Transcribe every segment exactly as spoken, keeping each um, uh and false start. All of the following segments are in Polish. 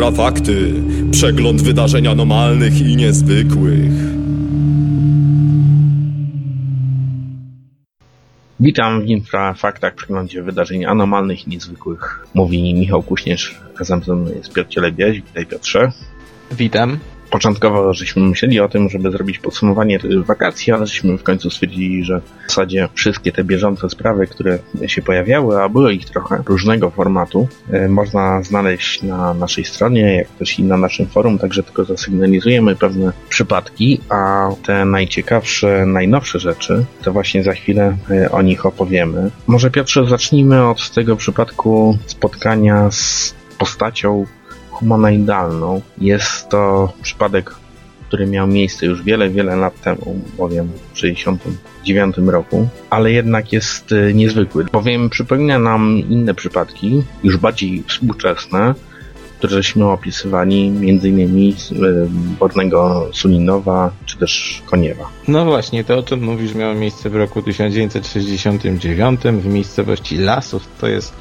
Infrafakty. Przegląd wydarzeń anormalnych i niezwykłych. Witam w Infrafaktach, przeglądzie wydarzeń anormalnych i niezwykłych. Mówi Michał Kuśnierz, razem ze mną jest Piotr Cielebiaś. Witaj, Piotrze. Witam. Początkowo żeśmy myśleli o tym, żeby zrobić podsumowanie wakacji, ale żeśmy w końcu stwierdzili, że w zasadzie wszystkie te bieżące sprawy, które się pojawiały, a było ich trochę różnego formatu, można znaleźć na naszej stronie, jak też i na naszym forum, także tylko zasygnalizujemy pewne przypadki, a te najciekawsze, najnowsze rzeczy, to właśnie za chwilę o nich opowiemy. Może, Piotrze, zacznijmy od tego przypadku spotkania z postacią humanoidalną. Jest to przypadek, który miał miejsce już wiele, wiele lat temu, bowiem w sześćdziesiątym dziewiątym roku, ale jednak jest niezwykły, bowiem przypomina nam inne przypadki, już bardziej współczesne, które żeśmy opisywali, między innymi Bornego Sulinowa, czy też Koniewa. No właśnie, to o czym mówisz miało miejsce w roku tysiąc dziewięćset sześćdziesiątym dziewiątym w miejscowości Lasów, to jest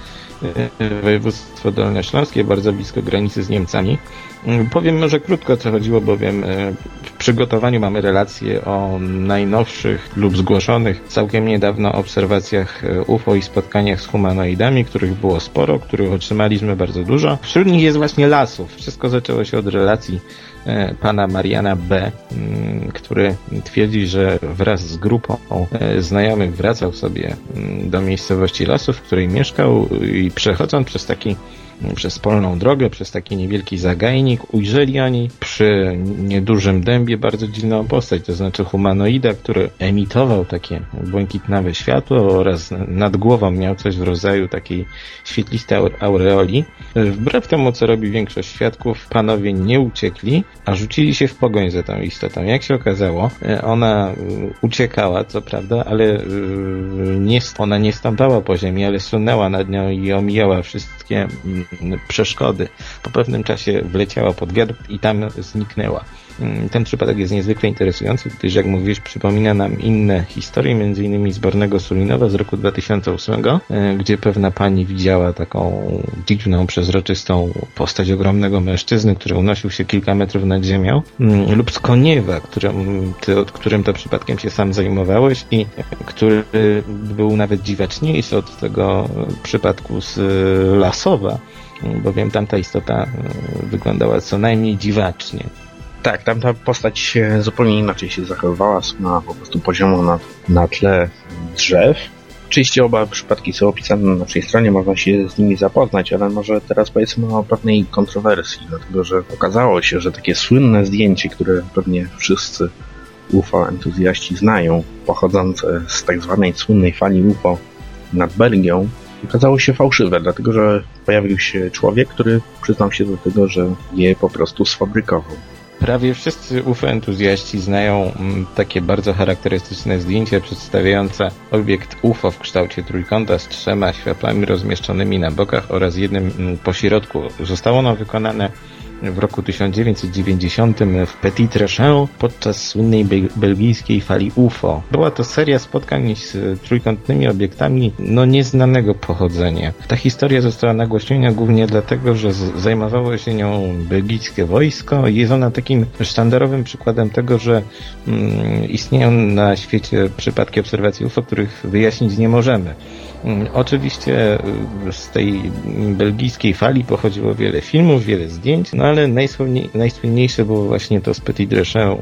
województwo dolnośląskie, bardzo blisko granicy z Niemcami. Powiem może krótko, co chodziło, bowiem w przygotowaniu mamy relacje o najnowszych lub zgłoszonych całkiem niedawno obserwacjach U F O i spotkaniach z humanoidami, których było sporo, których otrzymaliśmy bardzo dużo. Wśród nich jest właśnie Lasów. Wszystko zaczęło się od relacji pana Mariana B., który twierdzi, że wraz z grupą znajomych wracał sobie do miejscowości Lasów, w której mieszkał, i przechodząc przez taki przez polną drogę, przez taki niewielki zagajnik, ujrzeli oni przy niedużym dębie bardzo dziwną postać, to znaczy humanoida, który emitował takie błękitnawe światło oraz nad głową miał coś w rodzaju takiej świetlistej aureoli. Wbrew temu, co robi większość świadków, panowie nie uciekli, a rzucili się w pogoń za tą istotą. Jak się okazało, ona uciekała, co prawda, ale nie, ona nie stąpała po ziemi, ale sunęła nad nią i omijała wszystkie przeszkody. Po pewnym czasie wleciała pod wiatr i tam zniknęła. Ten przypadek jest niezwykle interesujący, gdyż, jak mówisz, przypomina nam inne historie, między innymi z Bornego Sulinowa z roku dwa tysiące ósmego, gdzie pewna pani widziała taką dziwną, przezroczystą postać ogromnego mężczyzny, który unosił się kilka metrów nad ziemią, lub z Koniewa, którym, ty, od którym to przypadkiem się sam zajmowałeś i który był nawet dziwaczniejszy od tego przypadku z Lasowa, bowiem tamta istota wyglądała co najmniej dziwacznie. Tak, tamta postać się zupełnie inaczej się zachowywała, sunęła po prostu poziomo na, na tle drzew. Oczywiście oba przypadki są opisane na naszej stronie, można się z nimi zapoznać, ale może teraz powiedzmy o pewnej kontrowersji, dlatego że okazało się, że takie słynne zdjęcie, które pewnie wszyscy U F O entuzjaści znają, pochodzące z tak zwanej słynnej fali U F O nad Belgią, okazało się fałszywe, dlatego że pojawił się człowiek, który przyznał się do tego, że je po prostu sfabrykował. Prawie wszyscy U F O entuzjaści znają takie bardzo charakterystyczne zdjęcie przedstawiające obiekt U F O w kształcie trójkąta z trzema światłami rozmieszczonymi na bokach oraz jednym pośrodku. Zostało ono wykonane w roku tysiąc dziewięćset dziewięćdziesiątym w Petit Rechin podczas słynnej belgijskiej fali U F O. Była to seria spotkań z trójkątnymi obiektami no nieznanego pochodzenia. Ta historia została nagłośniona głównie dlatego, że zajmowało się nią belgijskie wojsko i jest ona takim sztandarowym przykładem tego, że mm, istnieją na świecie przypadki obserwacji U F O, których wyjaśnić nie możemy. Oczywiście z tej belgijskiej fali pochodziło wiele filmów, wiele zdjęć, no ale najsłynniej, najsłynniejsze było właśnie to z Petit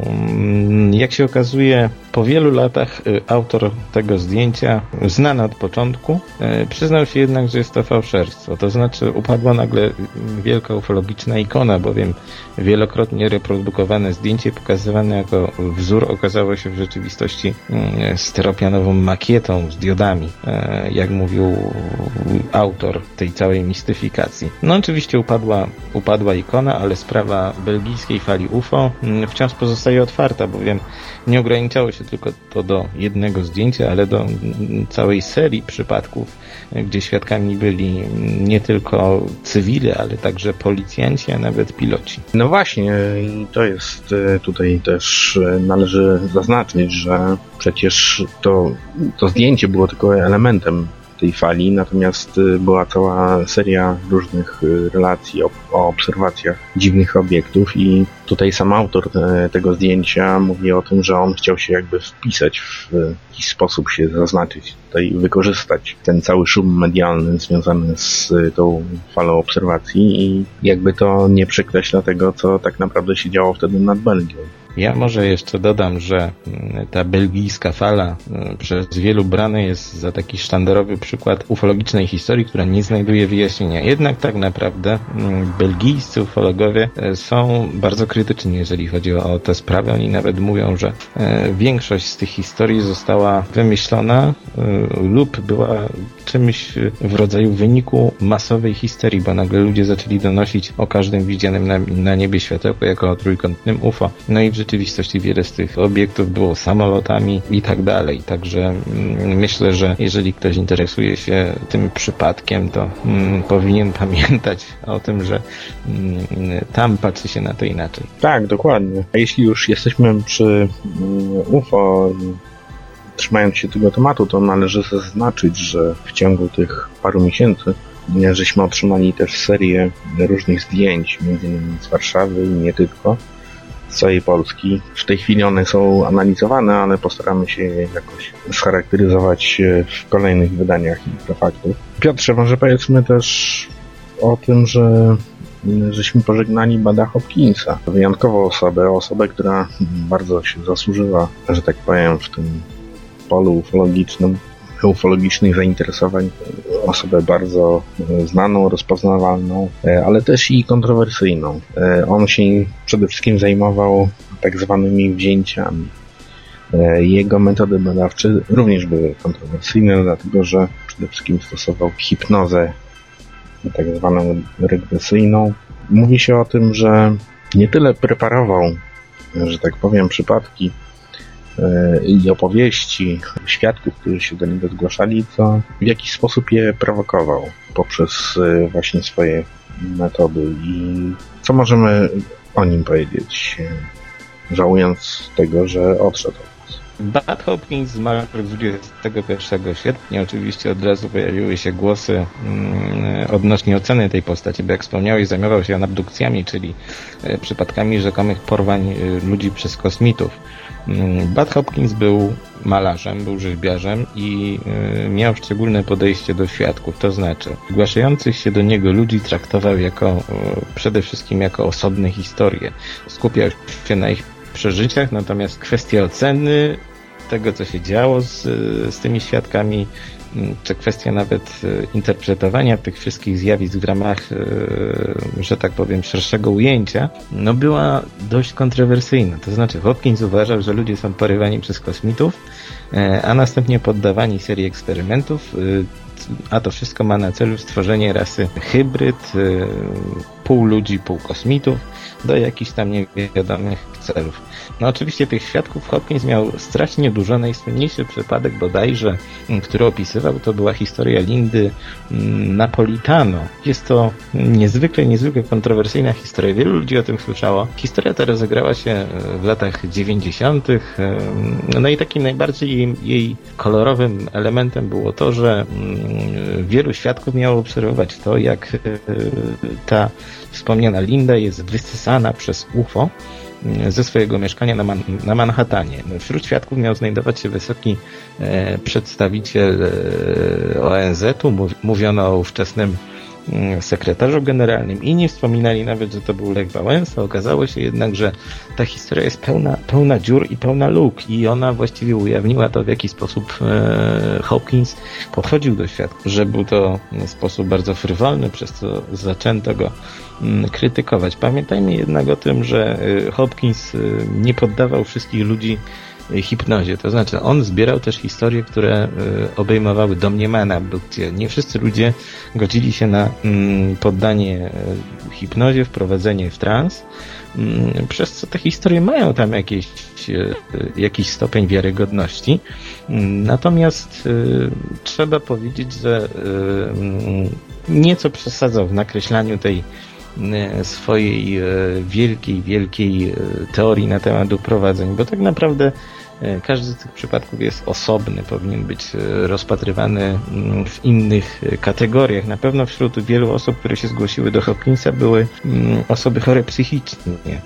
Rechin. Jak się okazuje, po wielu latach autor tego zdjęcia, znany od początku, przyznał się jednak, że jest to fałszerstwo. To znaczy upadła nagle wielka ufologiczna ikona, bowiem wielokrotnie reprodukowane zdjęcie pokazywane jako wzór okazało się w rzeczywistości steropianową makietą z diodami, jak mówił autor tej całej mistyfikacji. No oczywiście upadła, upadła ikona, ale sprawa belgijskiej fali U F O wciąż pozostaje otwarta, bowiem nie ograniczało się tylko to do jednego zdjęcia, ale do całej serii przypadków, gdzie świadkami byli nie tylko cywile, ale także policjanci, a nawet piloci. No właśnie, i to jest tutaj też należy zaznaczyć, że przecież to, to zdjęcie było tylko elementem tej fali, natomiast była cała seria różnych relacji o, o obserwacjach dziwnych obiektów i tutaj sam autor tego zdjęcia mówi o tym, że on chciał się jakby wpisać w jakiś sposób, się zaznaczyć, tutaj wykorzystać ten cały szum medialny związany z tą falą obserwacji i jakby to nie przekreśla tego, co tak naprawdę się działo wtedy nad Belgią. Ja może jeszcze dodam, że ta belgijska fala przez wielu brana jest za taki sztandarowy przykład ufologicznej historii, która nie znajduje wyjaśnienia. Jednak tak naprawdę belgijscy ufologowie są bardzo krytyczni, jeżeli chodzi o tę sprawę. Oni nawet mówią, że większość z tych historii została wymyślona lub była czymś w rodzaju wyniku masowej histerii, bo nagle ludzie zaczęli donosić o każdym widzianym na, na niebie światełku jako o trójkątnym U F O. No i w rzeczywistości wiele z tych obiektów było samolotami i tak dalej. Także mm, myślę, że jeżeli ktoś interesuje się tym przypadkiem, to mm, powinien pamiętać o tym, że mm, tam patrzy się na to inaczej. Tak, dokładnie. A jeśli już jesteśmy przy mm, U F O, trzymając się tego tematu, to należy zaznaczyć, że w ciągu tych paru miesięcy żeśmy otrzymali też serię różnych zdjęć, między innymi z Warszawy i nie tylko, z całej Polski. W tej chwili one są analizowane, ale postaramy się je jakoś scharakteryzować w kolejnych wydaniach Infrafaktów. Piotrze, może powiedzmy też o tym, że żeśmy pożegnali Bada Hopkinsa. Wyjątkową osobę, osobę, która bardzo się zasłużyła, że tak powiem, w tym polu ufologicznym, ufologicznych zainteresowań, osobę bardzo znaną, rozpoznawalną, ale też i kontrowersyjną. On się przede wszystkim zajmował tak zwanymi wzięciami. Jego metody badawcze również były kontrowersyjne, dlatego że przede wszystkim stosował hipnozę tak zwaną regresyjną. Mówi się o tym, że nie tyle preparował, że tak powiem, przypadki i opowieści świadków, którzy się do niego zgłaszali, co w jakiś sposób je prowokował poprzez właśnie swoje metody. I co możemy o nim powiedzieć, żałując tego, że odszedł od nas? Bud Hopkins zmarł dwudziestego pierwszego sierpnia. Oczywiście od razu pojawiły się głosy mm, odnośnie oceny tej postaci, bo jak wspomniałeś, zajmował się on abdukcjami, czyli e, przypadkami rzekomych porwań e, ludzi przez kosmitów. Bud Hopkins był malarzem, był rzeźbiarzem i y, miał szczególne podejście do świadków, to znaczy zgłaszających się do niego ludzi traktował jako y, przede wszystkim jako osobne historie. Skupiał się na ich przeżyciach, natomiast kwestia oceny tego, co się działo z, z tymi świadkami, czy kwestia nawet interpretowania tych wszystkich zjawisk w ramach, że tak powiem, szerszego ujęcia, no była dość kontrowersyjna. To znaczy Hopkins uważał, że ludzie są porywani przez kosmitów, a następnie poddawani serii eksperymentów, a to wszystko ma na celu stworzenie rasy hybryd, pół ludzi, pół kosmitów, do jakichś tam niewiadomych celów. No oczywiście tych świadków Hopkins miał strasznie dużo. Najsłynniejszy przypadek bodajże, który opisywał, to była historia Lindy Napolitano. Jest to niezwykle, niezwykle kontrowersyjna historia. Wielu ludzi o tym słyszało. Historia ta rozegrała się w latach dziewięćdziesiątych. No i takim najbardziej jej kolorowym elementem było to, że wielu świadków miało obserwować to, jak ta wspomniana Linda jest wysysana przez U F O ze swojego mieszkania na, Man- na Manhattanie. Wśród świadków miał znajdować się wysoki e, przedstawiciel e, O N Z-u. Mów- mówiono o ówczesnym e, sekretarzu generalnym. Inni wspominali nawet, że to był Lech Wałęsa. Okazało się jednak, że ta historia jest pełna, pełna dziur i pełna luk i ona właściwie ujawniła to, w jaki sposób e, Hopkins podchodził do świadków, że był to sposób bardzo frywolny, przez co zaczęto go krytykować. Pamiętajmy jednak o tym, że Hopkins nie poddawał wszystkich ludzi hipnozie. To znaczy on zbierał też historie, które obejmowały domniemane abdukcje. Nie wszyscy ludzie godzili się na poddanie hipnozie, wprowadzenie w trans, przez co te historie mają tam jakieś, jakiś stopień wiarygodności. Natomiast trzeba powiedzieć, że nieco przesadzał w nakreślaniu tej swojej wielkiej, wielkiej teorii na temat uprowadzeń, bo tak naprawdę Każdy z tych przypadków jest osobny, powinien być rozpatrywany w innych kategoriach. Na pewno wśród wielu osób, które się zgłosiły do Hopkinsa, były osoby chore psychicznie.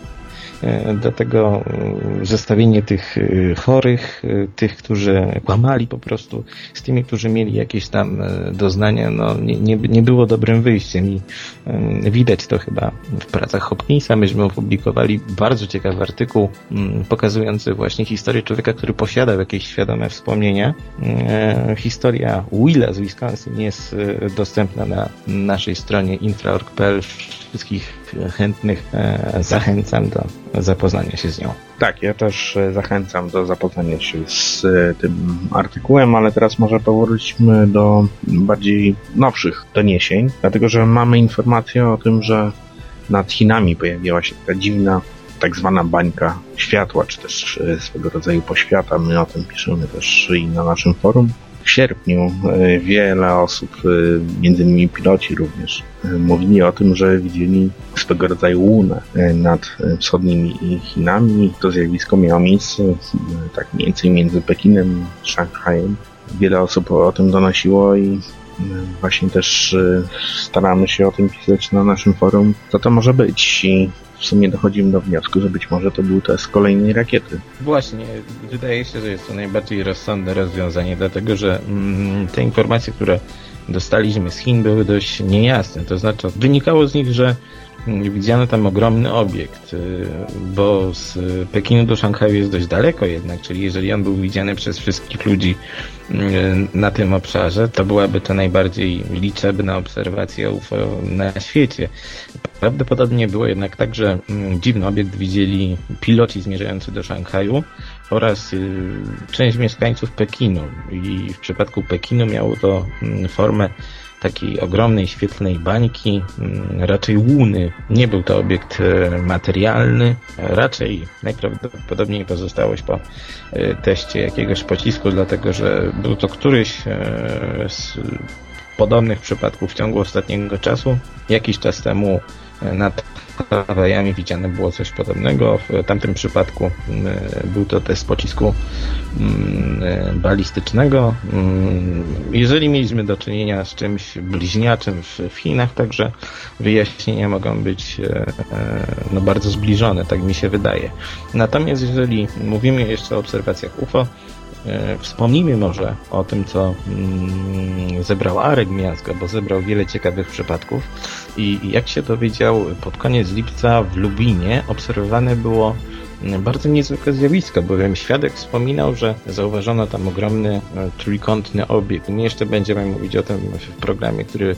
Dlatego zestawienie tych chorych, tych, którzy kłamali po prostu, z tymi, którzy mieli jakieś tam doznania, no nie, nie, nie było dobrym wyjściem i widać to chyba w pracach Hopkinsa. Myśmy opublikowali bardzo ciekawy artykuł pokazujący właśnie historię człowieka, który posiadał jakieś świadome wspomnienia. Historia Willa z Wisconsin jest dostępna na naszej stronie infra kropka org kropka p l. Wszystkich chętnych zachęcam do zapoznania się z nią. Tak, ja też zachęcam do zapoznania się z tym artykułem, ale teraz może powróćmy do bardziej nowszych doniesień, dlatego że mamy informację o tym, że nad Chinami pojawiła się taka dziwna tak zwana bańka światła, czy też swego rodzaju poświata. My o tym piszemy też i na naszym forum. W sierpniu wiele osób, między innymi piloci również, mówili o tym, że widzieli swego rodzaju łunę nad wschodnimi Chinami. To zjawisko miało miejsce tak mniej więcej między Pekinem i Szanghajem. Wiele osób o tym donosiło i właśnie też staramy się o tym pisać na naszym forum, co to może być. I w sumie dochodzimy do wniosku, że być może to był test kolejnej rakiety. Właśnie, wydaje się, że jest to najbardziej rozsądne rozwiązanie, dlatego że mm, te informacje, które dostaliśmy z Chin, były dość niejasne. To znaczy, wynikało z nich, że widziano tam ogromny obiekt, bo z Pekinu do Szanghaju jest dość daleko jednak, czyli jeżeli on był widziany przez wszystkich ludzi na tym obszarze, to byłaby to najbardziej liczebna obserwacja U F O na świecie. Prawdopodobnie było jednak tak, że dziwny obiekt widzieli piloci zmierzający do Szanghaju oraz część mieszkańców Pekinu i w przypadku Pekinu miało to formę takiej ogromnej, świetlnej bańki, raczej łuny. Nie był to obiekt materialny, raczej najprawdopodobniej pozostałość po teście jakiegoś pocisku, dlatego że był to któryś z podobnych przypadków w ciągu ostatniego czasu. Jakiś czas temu nad Hawajami widziane było coś podobnego. W tamtym przypadku był to test pocisku balistycznego. Jeżeli mieliśmy do czynienia z czymś bliźniaczym w Chinach, także wyjaśnienia mogą być no, bardzo zbliżone, tak mi się wydaje. Natomiast jeżeli mówimy jeszcze o obserwacjach U F O, wspomnijmy może o tym, co zebrał Arek Miazga, bo zebrał wiele ciekawych przypadków i jak się dowiedział, pod koniec lipca w Lubinie obserwowane było bardzo niezwykłe zjawisko, bowiem świadek wspominał, że zauważono tam ogromny trójkątny obiekt. My jeszcze będziemy mówić o tym w programie, który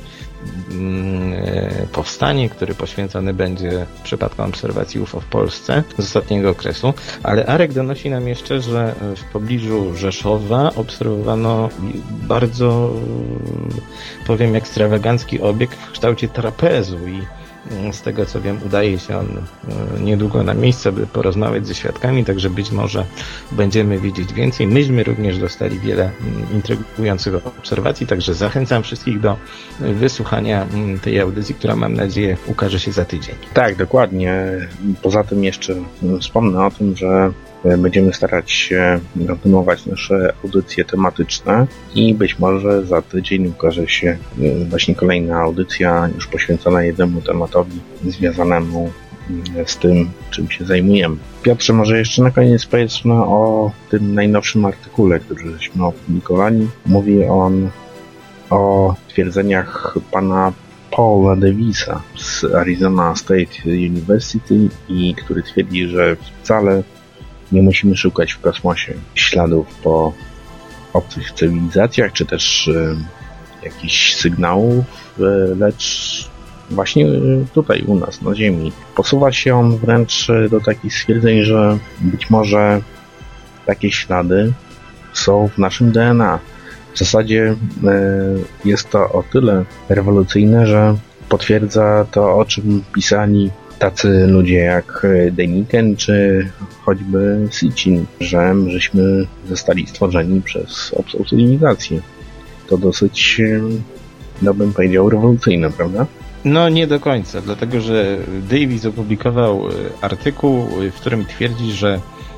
powstanie, który poświęcony będzie przypadkom obserwacji U F O w Polsce z ostatniego okresu, ale Arek donosi nam jeszcze, że w pobliżu Rzeszowa obserwowano bardzo, powiem, ekstrawagancki obiekt w kształcie trapezu i z tego co wiem, udaje się on niedługo na miejsce, by porozmawiać ze świadkami, także być może będziemy wiedzieć więcej. Myśmy również dostali wiele intrygujących obserwacji, także zachęcam wszystkich do wysłuchania tej audycji, która mam nadzieję ukaże się za tydzień. Tak, dokładnie. Poza tym jeszcze wspomnę o tym, że będziemy starać się kontynuować nasze audycje tematyczne i być może za tydzień ukaże się właśnie kolejna audycja już poświęcona jednemu tematowi związanemu z tym, czym się zajmujemy. Piotrze, może jeszcze na koniec powiedzmy o tym najnowszym artykule, który żeśmy opublikowali. Mówi on o twierdzeniach pana Paula Davisa z Arizona State University i który twierdzi, że wcale nie musimy szukać w kosmosie śladów po obcych cywilizacjach, czy też y, jakichś sygnałów, y, lecz właśnie y, tutaj u nas na Ziemi. Posuwa się on wręcz do takich stwierdzeń, że być może takie ślady są w naszym D N A. W zasadzie y, jest to o tyle rewolucyjne, że potwierdza to, o czym pisali tacy ludzie jak Deniken czy choćby Sitchin, że żeśmy zostali stworzeni przez obcą cywilizację. To dosyć, no bym powiedział, rewolucyjne, prawda? No nie do końca, dlatego że Davis opublikował artykuł, w którym twierdzi, że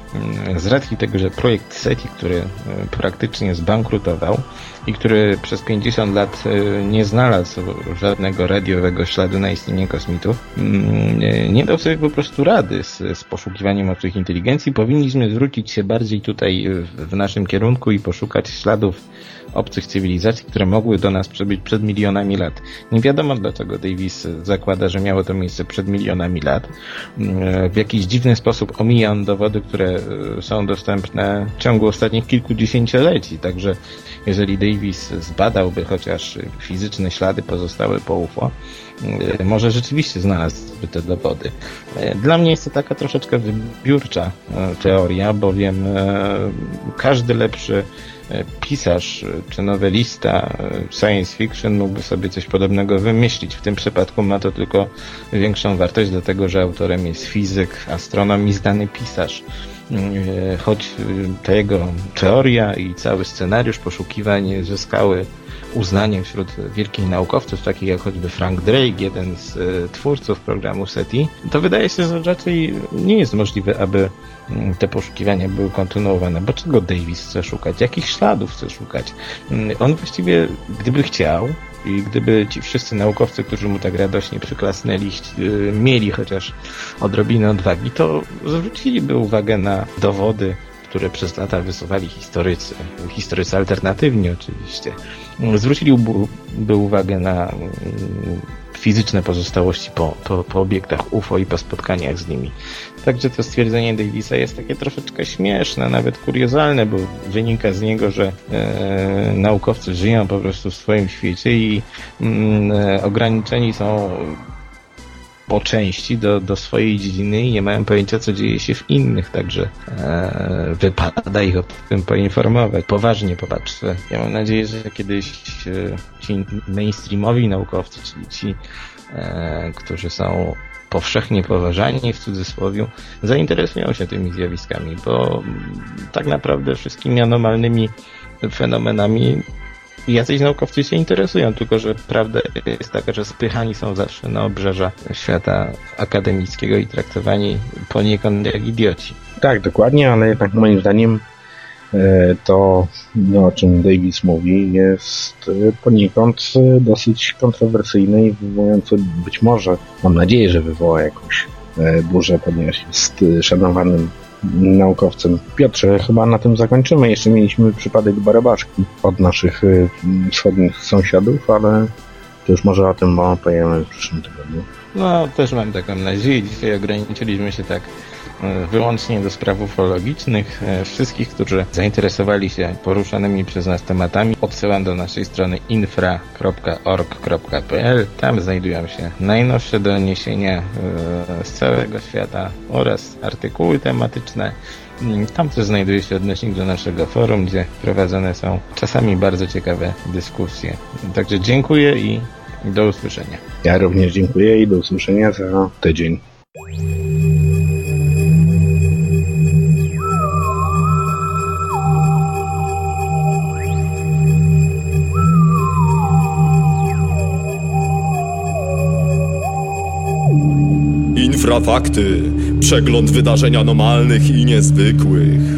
z racji tego, że projekt SETI, który praktycznie zbankrutował i który przez pięćdziesiąt lat nie znalazł żadnego radiowego śladu na istnienie kosmitów, nie dał sobie po prostu rady z, z poszukiwaniem obcych inteligencji. Powinniśmy zwrócić się bardziej tutaj w naszym kierunku i poszukać śladów obcych cywilizacji, które mogły do nas przybyć przed milionami lat. Nie wiadomo, dlaczego Davis zakłada, że miało to miejsce przed milionami lat. W jakiś dziwny sposób omija on dowody, które są dostępne w ciągu ostatnich kilkudziesięcioleci. Także jeżeli Davis zbadałby chociaż fizyczne ślady pozostałe po U F O, może rzeczywiście znalazłby te dowody. Dla mnie jest to taka troszeczkę wybiórcza teoria, bowiem każdy lepszy pisarz czy nowelista science fiction mógłby sobie coś podobnego wymyślić. W tym przypadku ma to tylko większą wartość, dlatego że autorem jest fizyk, astronom i znany pisarz. Choć ta jego teoria i cały scenariusz poszukiwań zyskały uznanie wśród wielkich naukowców, takich jak choćby Frank Drake, jeden z twórców programu SETI, to wydaje się, że raczej nie jest możliwe, aby te poszukiwania były kontynuowane. Bo czego Davis chce szukać? Jakich śladów chce szukać? On właściwie, gdyby chciał i gdyby ci wszyscy naukowcy, którzy mu tak radośnie przyklasnęli, mieli chociaż odrobinę odwagi, to zwróciliby uwagę na dowody, które przez lata wysuwali historycy, historycy alternatywni oczywiście. Zwróciliby uwagę na fizyczne pozostałości po, po, po obiektach U F O i po spotkaniach z nimi. Także to stwierdzenie Davisa jest takie troszeczkę śmieszne, nawet kuriozalne, bo wynika z niego, że e, naukowcy żyją po prostu w swoim świecie i e, ograniczeni są po części do, do swojej dziedziny i nie mają pojęcia, co dzieje się w innych, także e, wypada ich o tym poinformować. Poważnie popatrzę. Ja mam nadzieję, że kiedyś e, ci mainstreamowi naukowcy, czyli ci, e, którzy są powszechnie poważani w cudzysłowie, zainteresują się tymi zjawiskami, bo tak naprawdę wszystkimi anomalnymi fenomenami jacyś naukowcy się interesują, tylko że prawda jest taka, że spychani są zawsze na obrzeża świata akademickiego i traktowani poniekąd jak idioci. Tak, dokładnie, ale jednak moim zdaniem to, no, o czym Davis mówi, jest poniekąd dosyć kontrowersyjne i wywołujące być może, mam nadzieję, że wywoła jakąś burzę, ponieważ jest szanowanym naukowcem. Piotrze, chyba na tym zakończymy. Jeszcze mieliśmy przypadek Barabaszki od naszych wschodnich sąsiadów, ale to już może o tym opowiemy w przyszłym tygodniu. No, też mam taką nadzieję. Dzisiaj ograniczyliśmy się tak wyłącznie do spraw ufologicznych. Wszystkich, którzy zainteresowali się poruszanymi przez nas tematami, odsyłam do naszej strony infra kropka org kropka p l. Tam znajdują się najnowsze doniesienia z całego świata oraz artykuły tematyczne. Tam też znajduje się odnośnik do naszego forum, gdzie prowadzone są czasami bardzo ciekawe dyskusje. Także dziękuję i do usłyszenia. Ja również dziękuję i do usłyszenia za tydzień. Infrafakty. Przegląd wydarzeń anomalnych i niezwykłych.